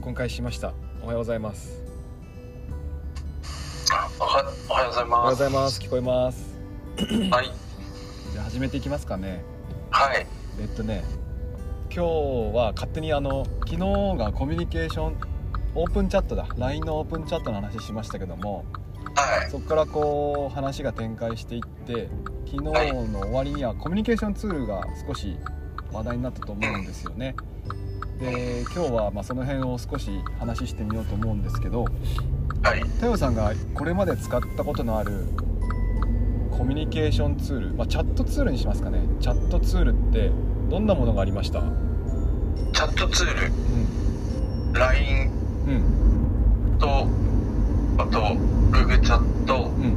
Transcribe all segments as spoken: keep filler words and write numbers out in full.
録音開始しました。おはようございます。 おは、おはようございます。 おはようございます。聞こえます。 はい。 じゃあ始めていきますかね。 はい。 えっとね今日は勝手にあの昨日がコミュニケーションオープンチャットだ ライン のオープンチャットの話しましたけども、 はい、 そこからこう話が展開していって昨日の終わりにはコミュニケーションツールが少し話題になったと思うんですよね。で今日はまあその辺を少し話してみようと思うんですけど、 はい、 太陽さんがこれまで使ったことのあるコミュニケーションツール、まあ、チャットツールにしますかね。チャットツールってどんなものがありました？ チャットツール、 うん、 ライン と、あとググチャット、うん、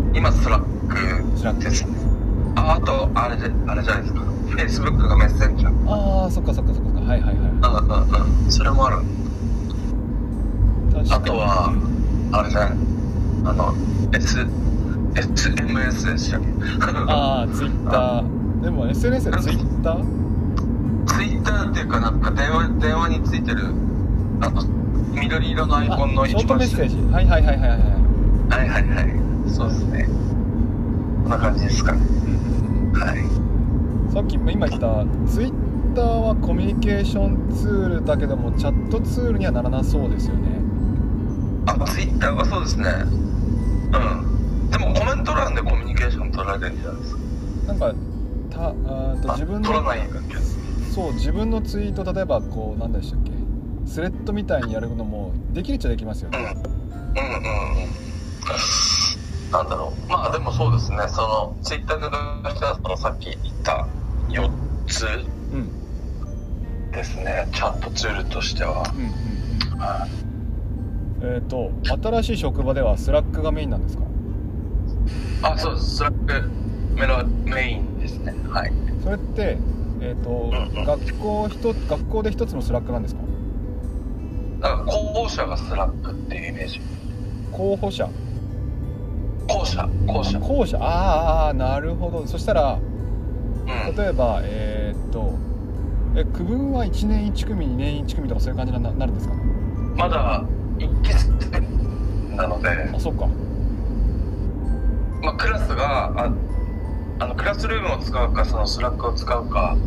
今スラックですね。あ、あとあれであれじゃないですか。Facebook がメッセンジャー。 ああ、そっかそっかそっか。はいはいはい。 うんうんうん。それもある。 確かに。 あとはあれじゃない。あの Sエスエムエス でしたっけ？ ああ、Twitter。でも エスエヌエス で Twitter？ Twitter っていうかなんか電話電話についてるあの緑色のアイコンのショートメッセージ。はいはいはいはいはい。 はいはいはい。そうですね。こんな感じですかね。はい。さっき今言った Twitter はコミュニケーションツールだけどもチャットツールにはならなそうですよね。 あ、Twitter はそうですね。うん。でもコメント欄でコミュニケーション取られるんじゃないですか。 なんかたあと自分の取らないわけです。 そう自分のツイート例えばこう何でしたっけスレッドみたいにやるのもできるっちゃできますよね。 うんうんうんうん。なんだろう。まあでもそうですね。そのツイッターで出したそのさっき言ったよっつですね。うん、チャットツールとしては。うんうんうん、はい。 えっと新しい職場ではスラックがメインなんですか？ あ、そうです。スラックメロメインですね。はい。 それってえっと、うんうん、学校ひと学校で一つのスラックなんですか？ だから候補者がスラックっていうイメージ。 候補者。 校舎校舎校舎。ああなるほど。そしたら、うん、例えばえー、っとえ区分はいちねんいち組にねんいち組とかそういう感じに な, なるんですかね？ まだいっき生なので。 あ、そっか。 まあクラスがああのクラスルームを使うかそのスラックを使うか。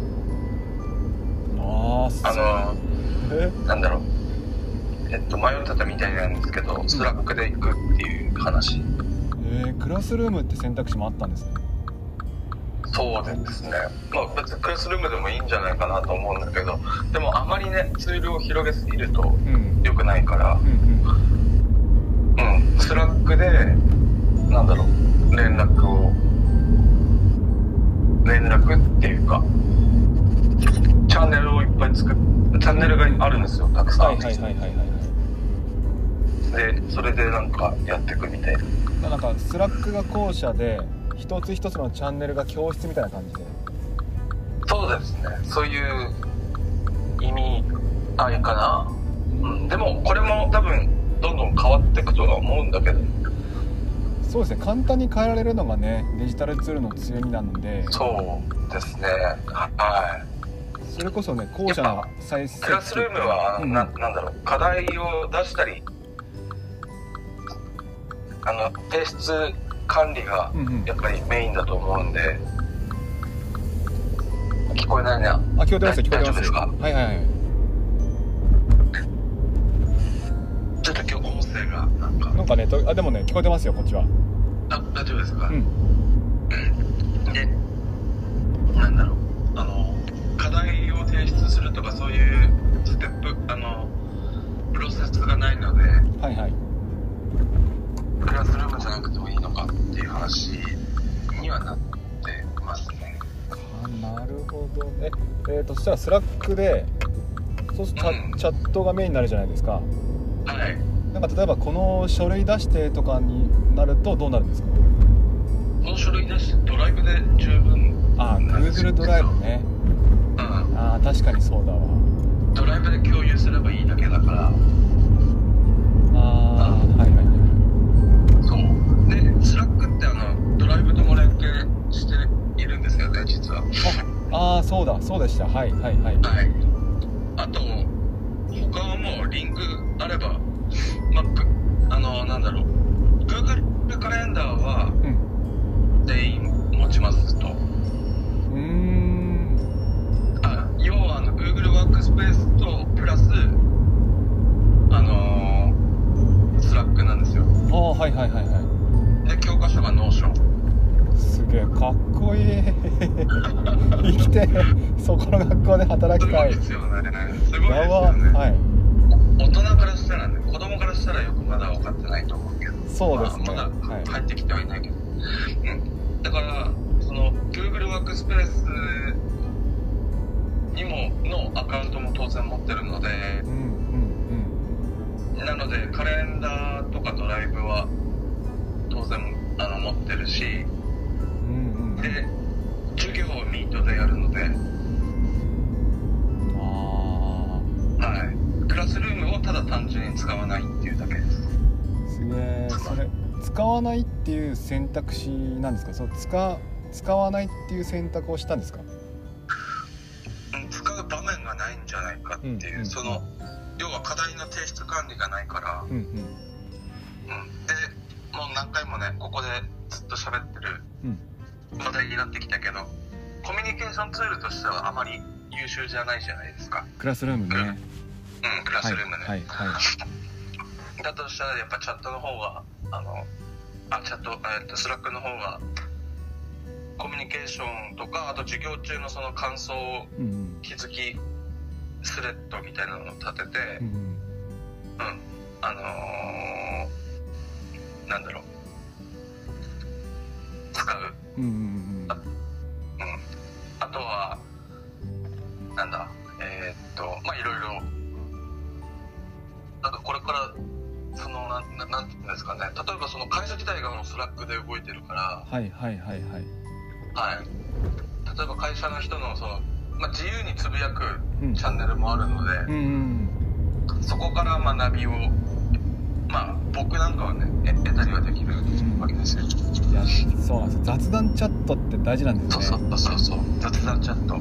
ああのえなんだろうえっと迷ってたみたいなんですけど、スラックで行くっていう話。 えー、クラスルームって選択肢もあったんですね。 そうですね。まあ別にクラスルームでもいいんじゃないかなと思うんだけど、でもあまりねツールを広げすぎると良くないから、うん、うんうん、スラックでなんだろう連絡を連絡っていうかチャンネルをいっぱい作っチャンネルがあるんですよ、たくさん。はいはいはいはいはい。でそれでなんかやっていくみたいな。 なんかスラックが校舎で一つ一つのチャンネルが教室みたいな感じで。 そうですね。そういう意味合いかな。うん。でもこれも多分どんどん変わっていくとは思うんだけど。 そうですね。簡単に変えられるのがねデジタルツールの強みなので。 そうですね。はい。 それこそね校舎の再設クラスルームは、うん、な, なんだろう課題を出したり。あの提出管理がやっぱりメインだと思うんで、うんうん、聞こえないね。あ、 聞こえてますよ、聞こえてます。 大丈夫ですか？ はいはいはい。 ちょっと今日音声がなんかなんかねとあでもね聞こえてますよこっちは。 あ、大丈夫ですか？ うん。 で、なんだろうあの課題を提出するとかそういうステップあのプロセスがないので。 はいはい。 クラスルームじゃなくてもいいのかっていう話にはなってますね。 あ、なるほど。え、えーとそしたらスラックでそうすると、うん、チャットがメインになるじゃないですか。 はい。 なんか例えばこの書類出してとかになるとどうなるんですか？ この書類出してドライブで十分。 あ、Google ドライブね。うん。あ、確かにそうだわ。 ドライブで共有すればいいだけだから。ああ、はいはいはい。 そうでスラックってあのドライブとも連携しているんですよね実は。 ああ、そうだそうでした。はいはいはい。 はい。あと他リングあれば、まあ、あのなんだろう Google カレンダーは全員持ちますと、うん、うーんあ要はあの Google ワークスペースとプラスあのー、スラックなんですよ。 ああはいはいはいはい。 で教科書がノーション。 すげえかっこいい生きてそこの学校で働きたい。 すごいですよね。すごいですよね。はい、大人からしたらね、子供からしたらよくまだ分かってないと思うけど、 そうですね、 まあ、まだ入ってきてはいないけど、はい、うん、だからその Google ワークスペースにものアカウントも当然持ってるので、うんうんうん、なのでカレンダーとかドライブは当然あの持ってるし、うんうん、で授業をミートでやるので、あ、はい、クラスルームをただ単純に使わないっていうだけです。 すげえ。それ使わないっていう選択肢なんですか？そう使使わないっていう選択をしたんですか？ 使う場面がないんじゃないかっていう、うんうん、その要は課題の提出管理がないから、うんうんうん、でもう何回もねここでずっと喋ってる話題になってきたけど、コミュニケーションツールとしてはあまり優秀じゃないじゃないですか。 クラスルームね。うん、うん、 クラスルームね、 はいはいはい、 だとしたらやっぱチャットの方があのあチャット、えー、とスラックの方がコミュニケーションとか、あと授業中のその感想、気づきスレッドみたいなのを立てて、うん、うん、あのー、なんだろう使う、うんうんうん、あ、うん、あとはなんだえー、っとまあいろいろなんかこれからそのなん、なんていうんですかね、例えばその会社自体がもうスラックで動いてるから、 はいはいはいはいはい、例えば会社の人のその、まあ、自由につぶやくチャンネルもあるので、うんうんうん、そこから学びを、まあ、僕なんかはね得たりはできるわけですよ。 いやそうなんですよ。雑談チャットって大事なんですね。 そうそうそうそう、雑談チャット、うん、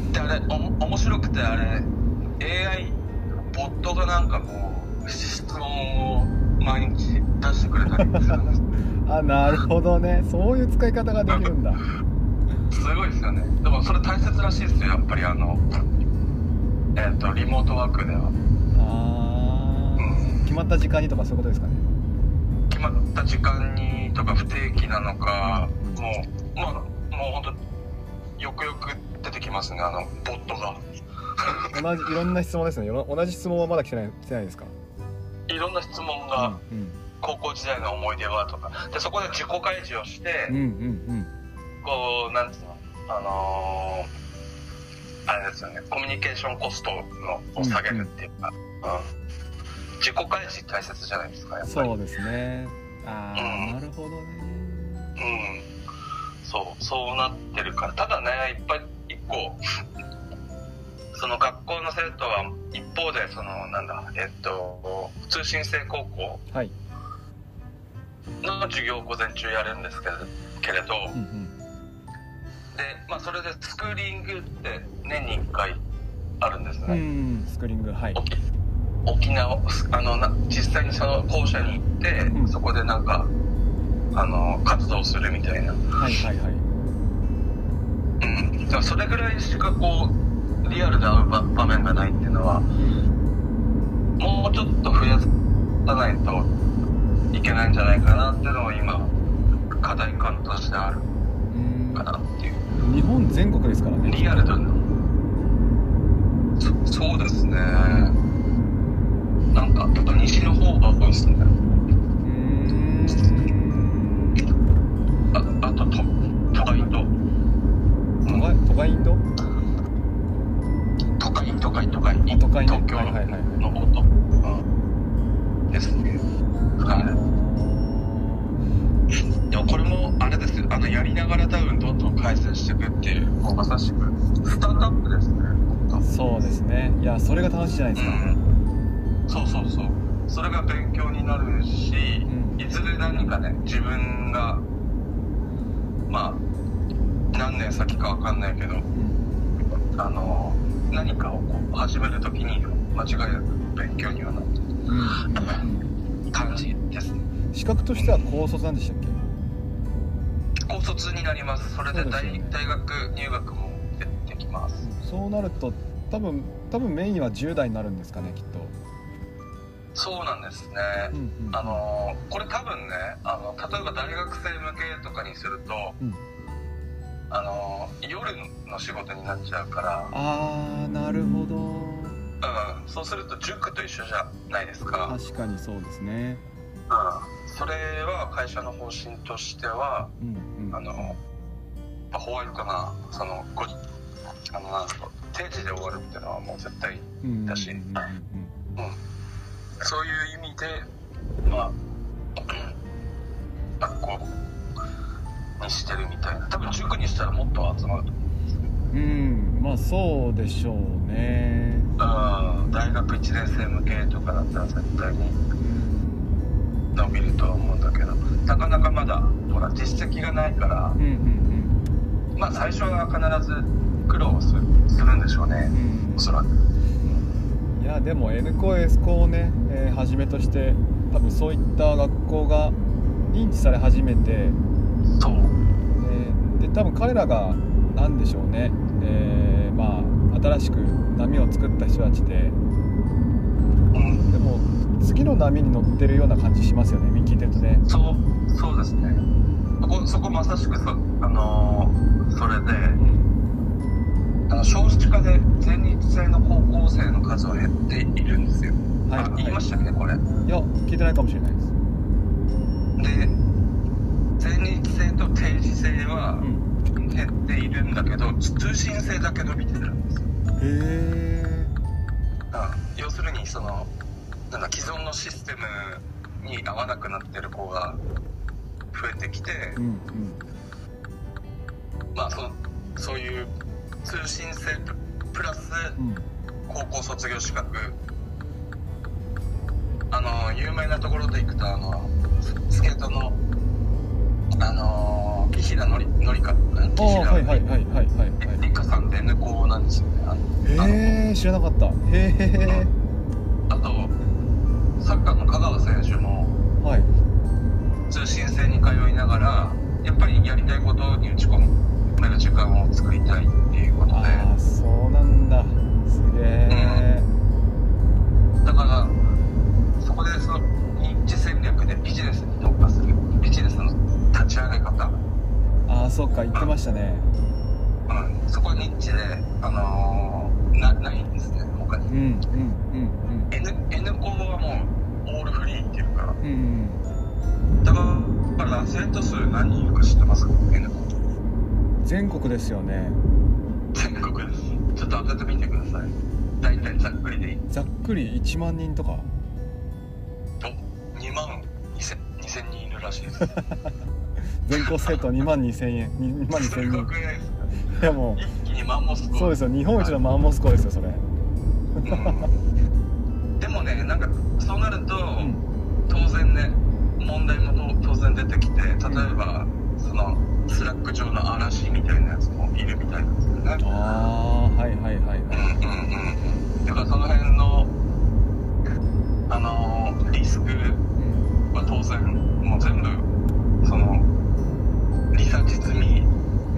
であれお面白くて、あれ エーアイ ボットがなんかこう質問を毎日出してくれたりするんですあ、なるほどね。そういう使い方ができるんだすごいですよね。でもそれ大切らしいですよ、やっぱりあのえっ、ー、とリモートワークでは。 あ、うん、決まった時間にとかそういうことですかね。 決まった時間にとか不定期なのか、もうまあもう本当よくよく出てきますね、あのボットが同じいろんな質問ですね。同じ質問はまだ来てない来てないですか？ いろんな質問が、うんうん、高校時代の思い出はとかで、そこで自己開示をして、うんうんうん、こうなんていうの、あのー、あれですよね、コミュニケーションコストのを下げるっていうか、うんうん、自己開示大切じゃないですか、やっぱり。 そうですね。ああ、うん、なるほどね。 うん、そうそうなってるから。ただね、いっぱい一個その学校の生徒は一方でそのなんだえっと通信制高校の授業を午前中やるんですけれど、けれど、うんうん、でまあそれでスクーリングって年にいっかいあるんですね。うん、 スクーリング、はい。 沖縄あのな実際にその校舎に行って、うん、そこでなんかあの活動するみたいな。はいはいはい。うん。だからそれぐらいしかこうリアルで会う場面がないっていうのは、もうちょっと増やさないといけないんじゃないかなっていうのは今課題感としてあるかなっていう。 日本全国ですからね。 リアルだな。そ, そうですね。なんかちょっと西の方が多いですね。あ, あと都会と都会都会と都会都会都会に都会東京の方と、うん、ですね。はい。でもこれもあれですよ、あのやりながら多分どんどん改善していくっていう、もうまさしくスタートアップですね。 そうですね。いやそれが楽しいじゃないですか。うん、 そうそうそう。それが勉強になるし、うん、いずれ何かね自分がまあ何年先か分かんないけど、あの何かをこう始めるときに間違いなく勉強にはなってる、うん、感じですね。 資格としては高卒なんでしたっけ？ 高卒になります。それで 大, ね、大学入学もできます。 そうなると多分多分メインはじゅう代になるんですかね、きっと。 そうなんですね、うんうん、あのこれ多分ね、あの例えば大学生向けとかにすると、うん、あの夜の仕事になっちゃうから。 あー、なるほど、うん、 そうすると塾と一緒じゃないですか。 確かにそうですね、 うん、それは会社の方針としては、うんうん、あのホワイトかな、そのごあのなんか定時で終わるっていうのはもう絶対だし、うんうんうんうん、そういう意味でまあ学校にしてるみたいな。多分塾にしたらもっと集まると思うんですけど、 うん、まあそうでしょうね。 うん、大学いちねん生向けとかだったら絶対に伸びるとは思うんだけど、なかなかまだほら実績がないから、うんうんうん、まあ最初は必ず苦労す る, するんでしょうね、うん、おそらく。 いやでも N 校 S 校をね、えー、はじめとして多分そういった学校が認知され始めて、 そう、 えー、で多分彼らが何でしょうね、えー、まあ新しく波を作った人たちで、うん、でも次の波に乗ってるような感じしますよね、聞いてるとね。 そうそうですね。そこそこまさしくそ、あのー、それで、うん、あの少子化で全日制の高校生の数は減っているんですよ。はい、あ、言いましたっけ、これ。いや、聞いてないかもしれないです。 で、全日制と定時制は減っているんだけど、うん、通信制だけ伸びてるんですよ。 へえ。 要するにそのなんだ既存のシステムに合わなくなってる子が増えてきて、うんうん、まあそのそういう通信制プラス高校卒業資格、あの有名なところでいくとあのスケートのあの岸田のりのりか岸田のりかさんって N 校なんですよね。 へえ、知らなかった。へえ。 あとサッカーの香川選手も通信制に通いながらやっぱりやりたいことに打ち込める時間を作りたいっていうことで。 ああ、そうなんだ。すげえ、 うん、だからそこでその認知戦略でビジネスに特化するビジネスの立ち上げ方。 ああ、そうか、言ってましたね。 うん、うん、そこはニッチで、あのー、な, ないんですね、他に。うんうんうんうん、N, N 校はもうオールフリーっていうか、うん、だから生徒数何人いるか知ってますか？ N 校全国ですよね。 全国です。ちょっと当ててみてください。大体ざっくりでいい。 ざっくりいちまんにんとか。 お、にまんにせんにんいるらしいです。 全校生徒にまんにせんえん、にまんにせんにん。すごくないですか？いやもう一気にマンモス校。 そうですよ、日本一のマンモス校ですよ、それ。 うん、でもね、なんかそうなると、うん、当然ね、問題も当然出てきて、例えば、うん、そのスラック上の嵐みたいなやつもいるみたいなんですよね。 ああ、はいはいはいはい。うんうんうん。だからその辺のあのリスクは当然もう全部そのリサーチ済み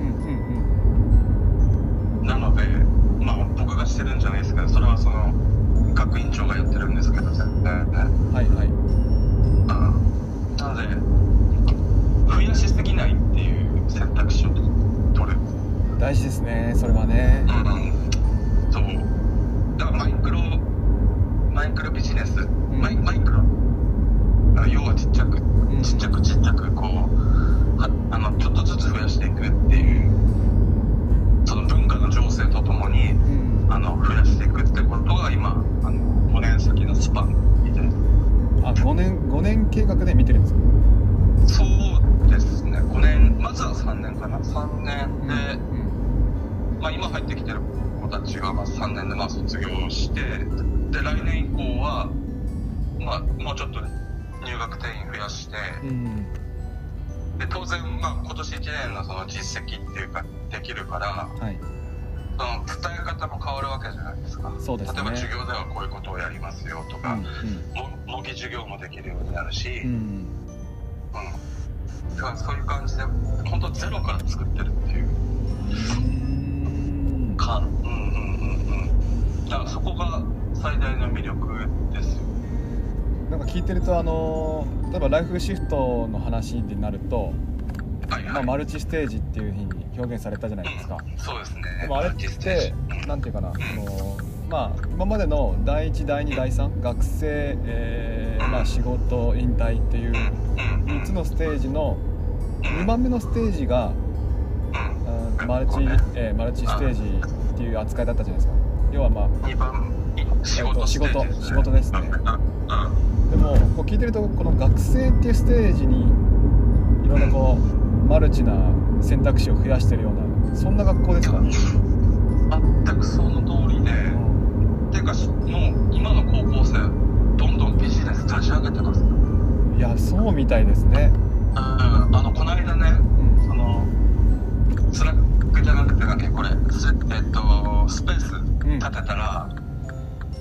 なので、まあ僕がしてるんじゃないですけど、それはその学院長がやってるんですけど、絶対ね。 はいはい。 あなので増やしすぎないっていう選択肢を取る。 大事ですね、それはね。 うん、そう。だからマイクロマイクロビジネス、うん、マイマイクロ。要はちっちゃくちっちゃくちっちゃくこうはあのちょっとずつ増やしていくっていうその文化の情勢とともに、うん、あの増やしていくってことが今あのごねん先のスパンみたいな。 あ、ごねんごねん計画で見てるんですか？ そうですね。ごねんまずはさんねんかな。さんねんで、うんうん、まあ今入ってきてる子たちがまあさんねんでまあ卒業してで来年以降はまあもうちょっと入学定員増やして、うん、で当然、まあ、今年いちねんのその実績っていうかできるから、はい、 その伝え方も変わるわけじゃないですか。 そうですね、 例えば授業ではこういうことをやりますよとか、うんうん、模擬授業もできるようになるし、うんうん、だからそういう感じで本当ゼロから作ってるっていうか、うんうんうんうん、だからそこが最大の魅力ですよ。 なんか聞いてると、あの例えばライフシフトの話になると、はいはい、まあ、マルチステージっていう風に表現されたじゃないですか、 うん、そうですね。 でもあれってなんていうかな、うん、そのまあ今までのだいいちだいにだいさん、学生、えーまあ、仕事引退っていうみっつのステージのにばんめのステージが、うん、マルチ、えー、マルチステージっていう扱いだったじゃないですか。要はまあにばん仕事仕事仕事ですね。でもこう聞いてると、この学生っていうステージにいろんなこうマルチな選択肢を増やしてるような、そんな学校ですか？ 全くその通りで、ていうかもう今の高校生どんどんビジネス立ち上げてます。 いや、そうみたいですね。 うん、あのこの間ね、うん、そのスラックじゃなくてなんかこれス、えっと、スペース立てたら、うん、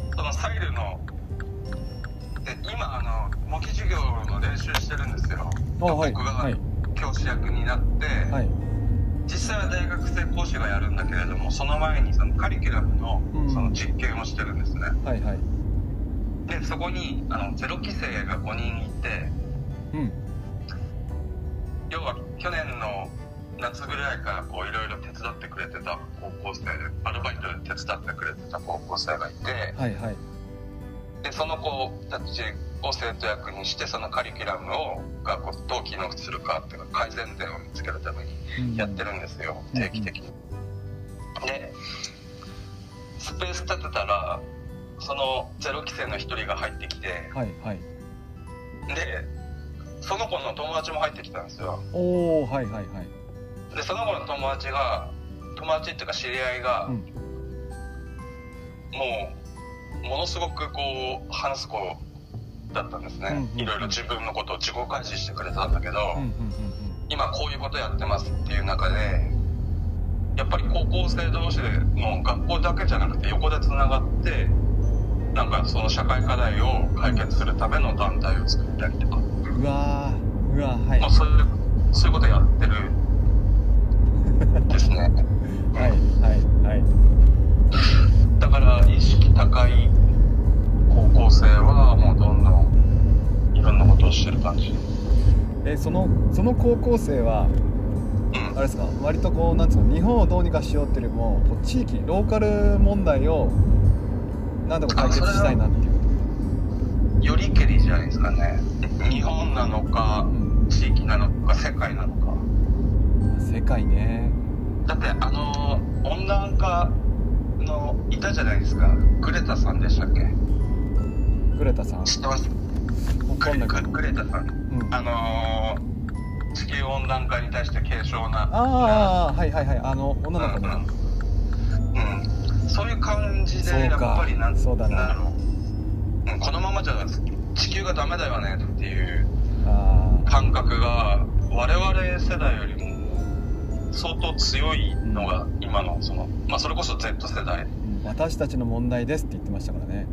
そのサイルので今あの模擬授業の練習してるんですよ。 はい、 僕が、 はい、 教師役になって、はい、実際は大学生講師がやるんだけれども、その前にそのカリキュラム の,、うん、その実験をしてるんですね。 はいはい、 でそこにあのゼロ期生がごにんいて、うん、要は去年の夏ぐらいからこういろいろ手伝ってくれてた高校生、アルバイトで手伝ってくれてた高校生がいて、 はいはい、 でその子たちを生徒役にして、そのカリキュラムをがこうどう機能するかっていうか改善点を見つけるためにやってるんですよ、うん、定期的に、うん、でスペース立てたらそのゼロ期生の一人が入ってきて、 はいはい、 でその子の友達も入ってきたんですよ。 おー、はいはいはい。 でその子の友達が友達っていうか知り合いが、うん、もうものすごくこう話す子だったんですね、うんうんうん、いろいろ自分のことを自己開示してくれたんだけど、うんうんうんうん、今こういうことやってますっていう中で、やっぱり高校生同士でもう学校だけじゃなくて横でつながってなんかその社会課題を解決するための団体を作ったりとか、 うわーうわー、はい、 まあ、そういうそういうことやってるですね。 はいはいはい。 だから意識高い高校生はもうどんどんいろんなことをしてる感じ。 えそのその高校生は、うん、あれですか、割とこうなんつうの、日本をどうにかしようっていうよりもこう地域ローカル問題をなんとか解決したいなっていう。 よりけりじゃないですかね。日本なのか、うん、地域なのか世界なのか。 世界ね。 だってあの温暖化のいたじゃないですか、グレタさんでしたっけ。 グレタさん知ってます？グレ、グレタさん、うん、あのー、地球温暖化に対して軽症な、 ああはいはいはい、あの女の子ね、 うんうん、そういう感じでやっぱりなんそうだな、 うん、このままじゃ地球がダメだよねっていう感覚が我々世代よりも相当強いのが今のその、まあ、それこそ Z 世代、うん、 私たちの問題ですって言ってましたからね。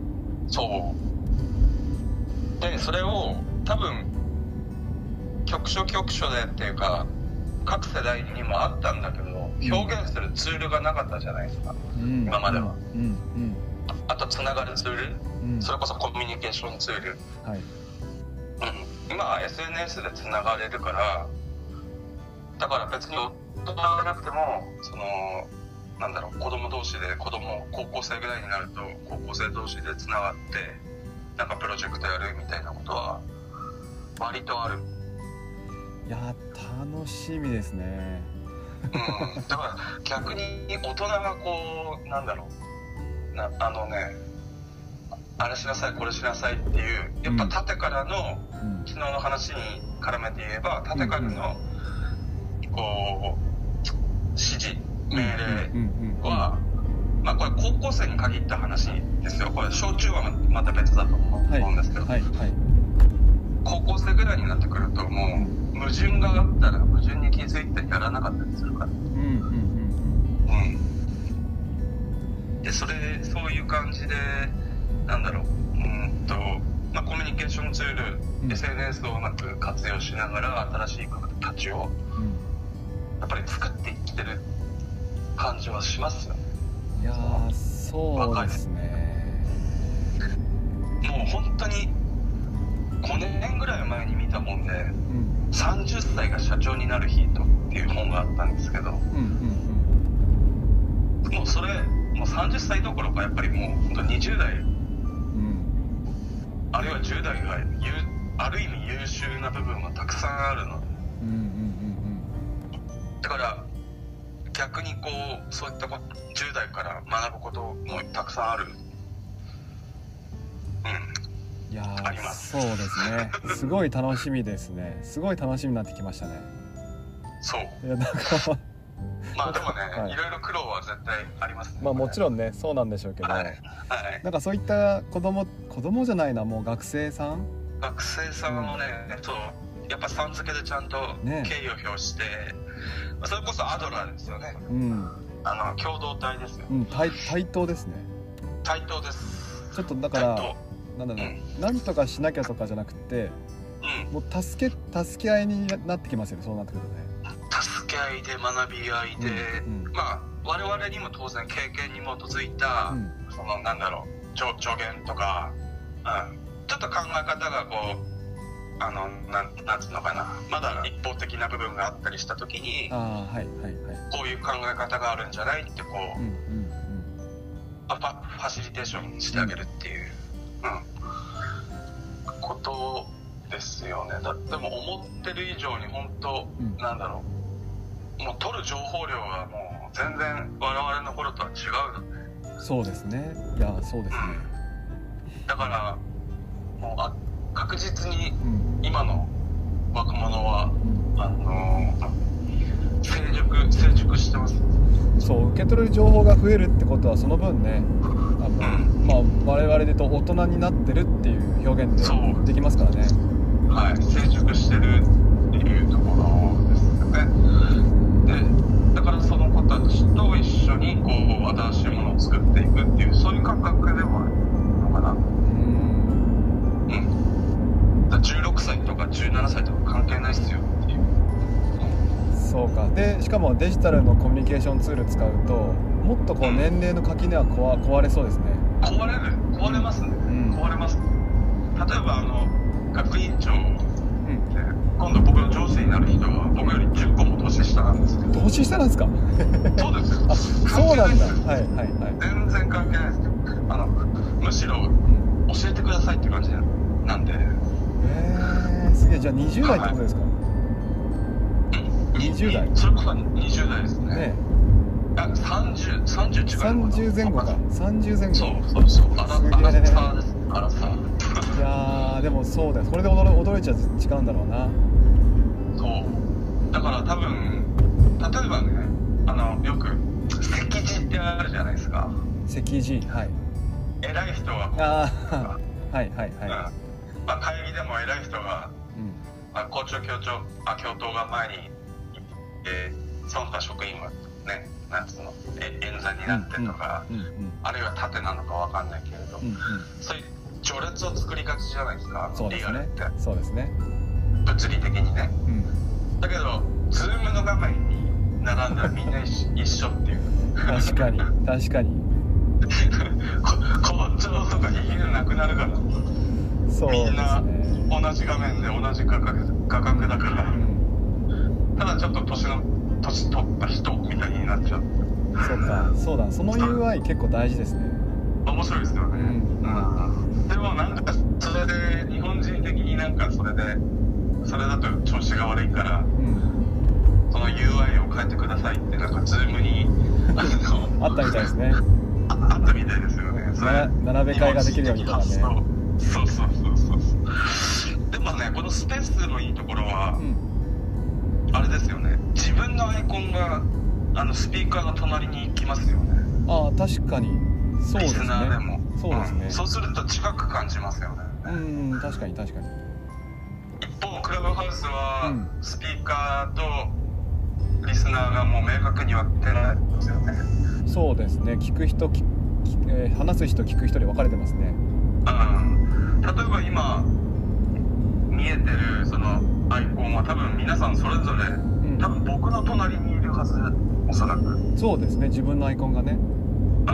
そうで、それを多分局所局所でっていうか各世代にもあったんだけど、表現するツールがなかったじゃないですか、うん、今までは、うんうん、あとつながるツール、うん、それこそコミュニケーションツール、はい、うん、今は エスエヌエス でつながれるから、だから別に大人じゃなくてもそのなんだろう、子供同士で、子供高校生ぐらいになると高校生同士でつながってなんかプロジェクトやるみたいなことは割とある。 いや楽しみですね、 うん、だから逆に大人がこうなんだろうな、あのね、あれしなさいこれしなさいっていうやっぱ縦からの、うん、昨日の話に絡めて言えば縦からのこう指示命令は、まあこれ高校生に限った話ですよ。これ小中はまた別だと思うんですけど、はいはいはい、高校生ぐらいになってくるともう矛盾があったら矛盾に気づいてやらなかったりするから、うんうんうんうん、 それそういう感じでなんだろう、うんと、まあ、コミュニケーションツール、うん、エスエヌエス をうまく活用しながら新しい形を、うん、やっぱり作っていってる感じはしますよね。 いやーそうですね。 もう本当にごねんぐらい前に見た本で、うん、さんじゅっさいが社長になるヒートっていう本があったんですけど、うんうんうん、もうそれもうさんじゅっさいどころかやっぱりもう本当にじゅう代、うん、あるいはじゅう代がある意味優秀な部分はたくさんあるので、うんうんうんうん、だから逆にこうそういったことじゅう代から学ぶこともたくさんある、 うん、いやあります。そうですね。すごい楽しみですね。すごい楽しみになってきましたね。 そう。 いやなんかまあでもね、はい、いろいろ苦労は絶対ありますね。 まあもちろんね、そうなんでしょうけど、はいはい、なんかそういった子供子供じゃないな、もう学生さん学生さんをね、うん、そうやっぱさん付けでちゃんと敬意を表して、ね、それこそアドラーですよね。うん。あの共同体ですよ。 うん、対対等ですね。 対等です。 ちょっとだからなんだろう、うん、なんとかしなきゃとかじゃなくて、うん、もう助け助け合いになってきますよね。そうなってくるとね。 助け合いで学び合いで、うんうん、まあ我々にも当然経験に基づいた、うん、そのなんだろう助言とか、うん、ちょっと考え方がこうあのなんなんつうのかな、まだ一方的な部分があったりした時に、あ、はいはいはい、こういう考え方があるんじゃないってこう、うんうんうん、ファシリテーションしてあげるっていう、うん、ことですよね。だでも思ってる以上に本当、うん、なんだろう、もう取る情報量がもう全然我々の頃とは違うので。 そうですね。いやそうですね、 うん、だからもうあ確実に今の若者は、うん、あのー、成熟成熟してます。 そう受け取る情報が増えるってことはその分ね、あの、うんまあ、我々で言うと大人になってるっていう表現でできますからね。 はい、成熟してるっていうところですよね。でだからその子たちと一緒にこう新しいものを作っていくっていうそういう感覚でもあるのかな。うんうんだじゅうろくさいとかじゅうななさいとか関係ないっすよっていう。 そうか。でしかもデジタルのコミュニケーションツール使うともっとこう年齢の垣根は壊、壊れそうですね。 壊れる壊れますね、うん、壊れます。例えばあの学院長、うん、今度僕の上司になる人は僕よりじゅっこも年下なんですけど。 年下なんですか？ そうですよ。 あ、そうなんだ。はいはいはい。 全然関係ないですよ。あのむしろ教えてくださいって感じなんで。 えー、すげえ。じゃあにじゅう代ってことですか？はい、にじゅう代。 それこそにじゅう代ですね。ねあさんじゅう、さんじゅう違うのかな。 さんじゅう前後か。さんじゅう前後。 そうそうそう。あら、あらさーです。あらさー。 いやーでもそうだよ。それで驚驚いちゃ違うんだろうな。 そうだから多分例えばね、あのよく席次ってあるじゃないですか。 席次、はい。 偉い人はこうあはいはいはい、うんまあ、会議でも偉い人が、うんまあ、校長教長あ教頭が前に行ってその他職員はねなんつうのえ演座になってとか、うんうんうんうん、あるいは盾なのかわかんないけれど、うんうん、そういう序列を作りがちじゃないですか。 そうですね、 リアルってそうですね、 物理的にね、うん、だけどズームの画面に並んだらみんな一緒っていう確かに確かに校長とかいきなりなくなるから、そうですね、みんな同じ画面で同じ画角、画角だから、うん、ただちょっと年の年取った人みたいになっちゃう。 そうか、そうだ、その ユーアイ 結構大事ですね。 面白いですよね、うんうん、でもなんかそれで日本人的になんかそれでそれだと調子が悪いから、うん、その ユーアイ を変えてくださいってなんかズームにあのあったみたいですね。 あ, あったみたいですよね。それ並べ替えができるようにとかね。そうそうそうそうそう。でもねこのスペースのいいところは、うん、あれですよね、自分のアイコンがあのスピーカーの隣に行きますよね。 ああ確かにそうですね。リスナーでもそうですね、うん、そうすると近く感じますよね。 うん確かに確かに。 一方クラブハウスはスピーカーとリスナーがもう明確に割ってないですよね。 そうですね、聞く人聞えー、話す人聞く人で分かれてますね。 うん、例えば今見えてるそのアイコンは多分皆さんそれぞれ、うん、多分僕の隣にいるはず、おそらく。 そうですね、自分のアイコンがね。 うん、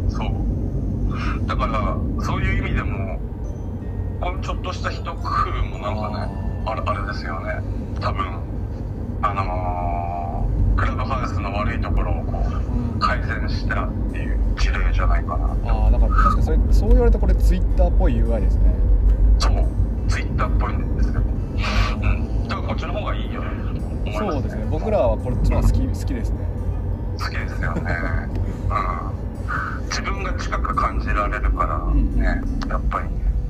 そうだからそういう意味でもこのちょっとした一工夫もなんかね、あれ、あれですよね、多分あのー、クラブハウスの悪いところをこう、うん、改善したっていう事例じゃないかな。 ああ、だから確かにそれ、そう言われたらこれツイッターっぽい ユーアイ ですね。 そう、ツイッターっぽいんですけど、うん、だからこっちの方がいいよね。 そうですね、僕らはこっちの方が好き、うん、好きですね。 好きですよね。うん、自分が近く感じられるからね、うん、やっぱりね、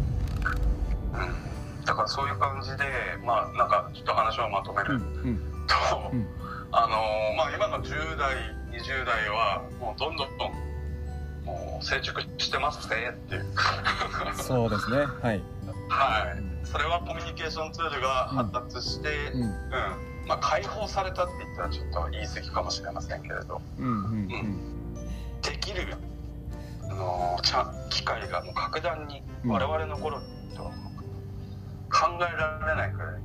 うん、だからそういう感じで、まあなんかちょっと話をまとめると、うんうん、あのー、まあ今のじゅう代にじゅう代はもうどんどんどんもう成熟してますねっていうそうですね、はい、 はい、それはコミュニケーションツールが発達して、うん、うん、まあ解放されたって言ったらちょっと言い過ぎかもしれませんけれど、うんうんうん、できるあの機会がもう格段に我々の頃とは考えられないくらい、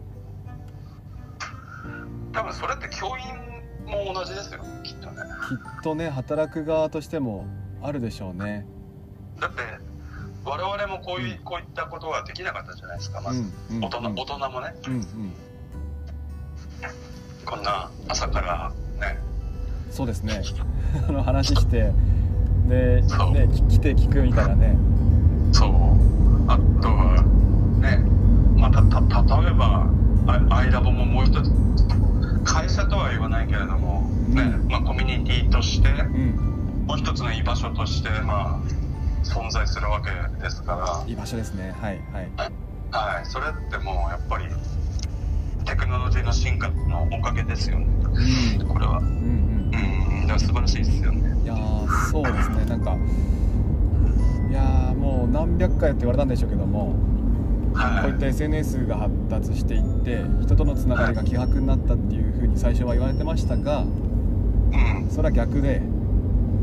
多分それって教員も同じですよ、きっとね。 きっとね、働く側としてもあるでしょうね。 だって我々もこういう、うん、こういったことができなかったじゃないですか、まず、うんうん、大人、大人もね、うんうん、こんな朝からね、 そうですねあの話してで、ね、来て聞くみたいなね。 そう、あとはね、またた例えばアイラボももう一つ会社とは言わないけれども、うん、ね、まあ、コミュニティとして、うん、もう一つの居場所としてまあ存在するわけですから。 居場所ですね、はいはいはい、それってもうやっぱりテクノロジーの進化のおかげですよね、うん、これは、うんうん、だから素晴らしいですよね。 いやそうですね、なんかいやもう何百回って言われたんでしょうけども、はい、こういった エスエヌエス が発達していって人とのつながりが希薄になったっていうふうに最初は言われてましたが、うん、それは逆で、うん、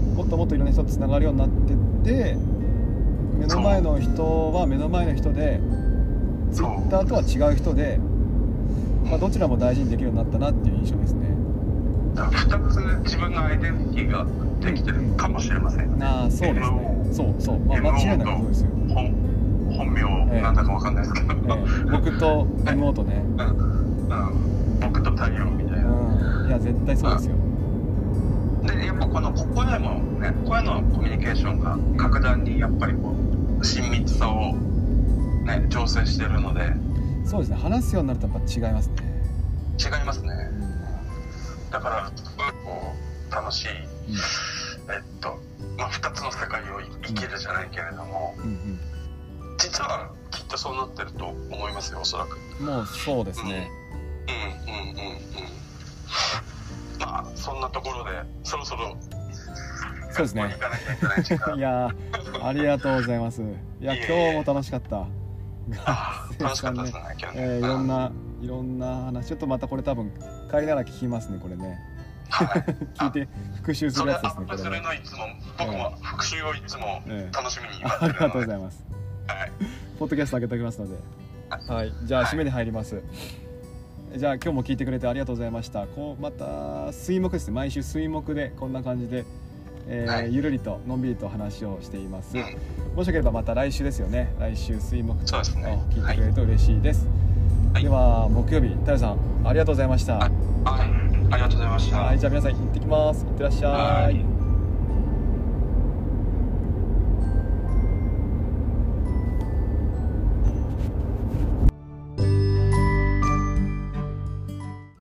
もっともっといろんな人とつながるようになってって目の前の人は目の前の人で Twitter とは違う人で、まあ、どちらも大事にできるようになったなっていう印象ですね。 ふたつ自分のアイデンティティができてるかもしれません、うん、 ああそうですね、そうそう、まあ、間違いなくそうですよ。 本名なんだかわかんないですけど、ええええ、僕と妹ね、 うんうん、僕と太陽みたいな、 うん、いや絶対そうですよ、 うん、でやっぱこのここでもね、声のコミュニケーションが格段にやっぱりこう親密さをね醸成してるので。 そうですね、話すようになるとやっぱ違いますね。 違いますね、うん、だからこう楽しい、うん、えっとまあふたつの世界を生きるじゃないけれども、うんうんうん、実はきっとそうなってると思いますよ、おそらく。 もうそうですね、 うん、うんうんうんうんまあそんなところでそろそろそうですね行かなきゃいけない時間いやありがとうございます。いや今日も楽しかった楽しかったですね、今日ね、 えー、いろんないろんな話、ちょっとまたこれ多分帰りながら聞きますね、これね、はい、聞いて復習するやつですね。 それアップするのいつも僕も復習をいつも楽しみに待ってるので、えー、ありがとうございます、 はい、 ポッドキャスト上げておきますので、はい、じゃあ締めに入ります、はい、じゃあ今日も聞いてくれてありがとうございました。こうまた水木ですね、毎週水木でこんな感じで、えーはい、ゆるりとのんびりと話をしています、うん、もしよければまた来週ですよね、来週水木と聞いてくれると嬉しいです、はい、では木曜日、太陽さんありがとうございました。 はい、はい、ありがとうございました。 はい、じゃあ皆さん行ってきます。いってらっしゃい。はい。